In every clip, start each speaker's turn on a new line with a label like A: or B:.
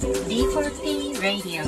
A: D4P Radio。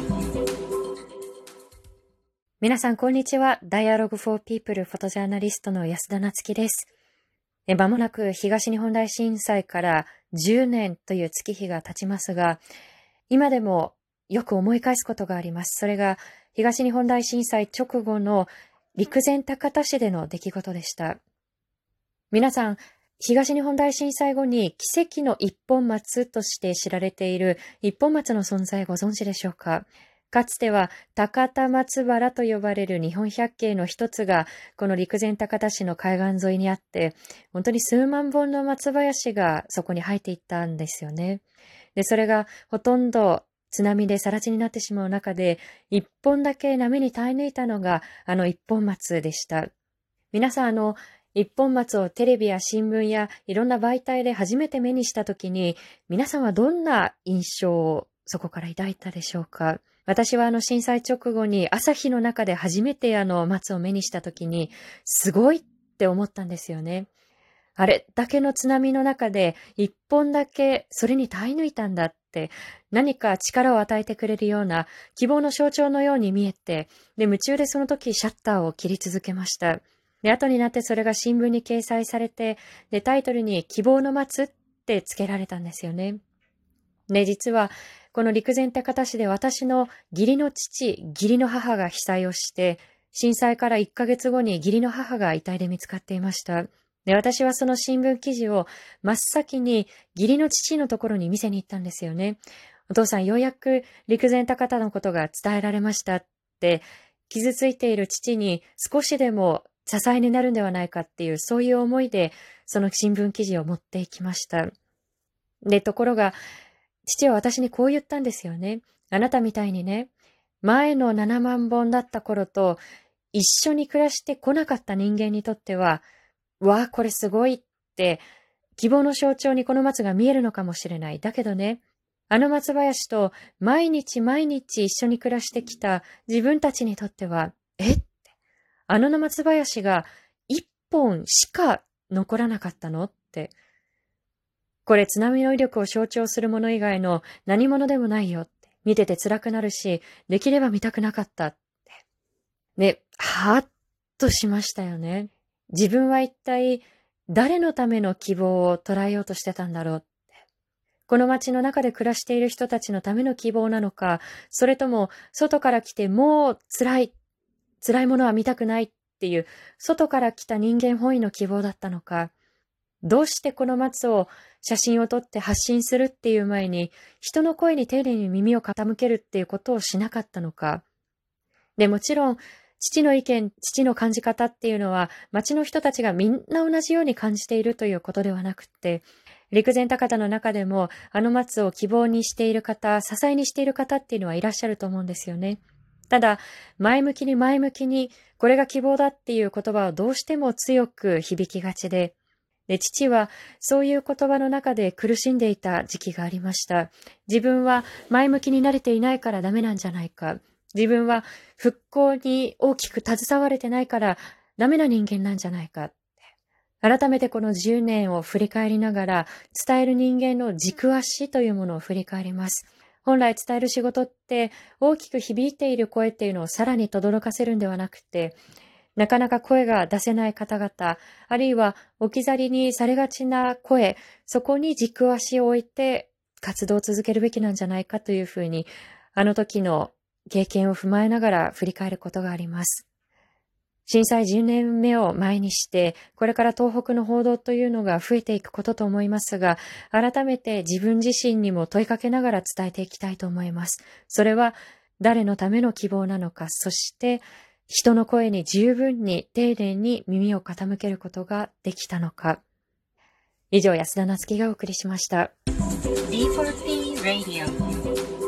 B: 皆さんこんにちは。Dialogue for People フォトジャーナリストの安田なつきです。まもなく東日本大震災から10年という月日が経ちますが、今でもよく思い返すことがあります。それが東日本大震災直後の陸前高田市での出来事でした。皆さん、東日本大震災後に奇跡の一本松として知られている一本松の存在ご存知でしょうか。かつては高田松原と呼ばれる日本百景の一つがこの陸前高田市の海岸沿いにあって、本当に数万本の松林がそこに生えていったんですよね。で、それがほとんど津波で更地になってしまう中で、一本だけ波に耐え抜いたのがあの一本松でした。皆さん一本松をテレビや新聞やいろんな媒体で初めて目にしたときに、皆さんはどんな印象をそこから抱いたでしょうか。私は震災直後に朝日の中で初めて松を目にしたときに、すごいって思ったんですよね。あれだけの津波の中で一本だけそれに耐え抜いたんだって、何か力を与えてくれるような希望の象徴のように見えて、で、夢中でその時シャッターを切り続けました。で、後になってそれが新聞に掲載されて、で、タイトルに希望の松って付けられたんですよね。で、実は、この陸前高田市で私の義理の父、義理の母が被災をして、震災から1ヶ月後に義理の母が遺体で見つかっていました。で、私はその新聞記事を真っ先に義理の父のところに見せに行ったんですよね。お父さん、ようやく陸前高田のことが伝えられましたって、傷ついている父に少しでも支えになるんではないかっていう、そういう思いでその新聞記事を持っていきました。で、ところが父は私にこう言ったんですよね。あなたみたいにね、前の7万本だった頃と一緒に暮らしてこなかった人間にとっては、わあ、これすごいって希望の象徴にこの松が見えるのかもしれない。だけどね、あの松林と毎日毎日一緒に暮らしてきた自分たちにとっては、あの松林が一本しか残らなかったのって。これ津波の威力を象徴するもの以外の何者でもないよって。見てて辛くなるし、できれば見たくなかったって。で、はーっとしましたよね。自分は一体誰のための希望を捉えようとしてたんだろうって。この街の中で暮らしている人たちのための希望なのか、それとも外から来てもう辛いものは見たくないっていう外から来た人間本位の希望だったのか、どうしてこの松を写真を撮って発信するっていう前に人の声に丁寧に耳を傾けるっていうことをしなかったのか。で、もちろん父の意見、父の感じ方っていうのは町の人たちがみんな同じように感じているということではなくって、陸前高田の中でもあの松を希望にしている方、支えにしている方っていうのはいらっしゃると思うんですよね。ただ、前向きに、これが希望だっていう言葉をどうしても強く響きがちで、父はそういう言葉の中で苦しんでいた時期がありました。自分は前向きになれていないからダメなんじゃないか。自分は復興に大きく携われてないからダメな人間なんじゃないか。改めてこの10年を振り返りながら、伝える人間の軸足というものを振り返ります。本来伝える仕事って大きく響いている声っていうのをさらに轟かせるんではなくて、なかなか声が出せない方々、あるいは置き去りにされがちな声、そこに軸足を置いて活動を続けるべきなんじゃないかというふうに、あの時の経験を踏まえながら振り返ることがあります。震災10年目を前にして、これから東北の報道というのが増えていくことと思いますが、改めて自分自身にも問いかけながら伝えていきたいと思います。それは誰のための希望なのか、そして人の声に十分に丁寧に耳を傾けることができたのか。以上、安田なつきがお送りしました。
A: D4P Radio。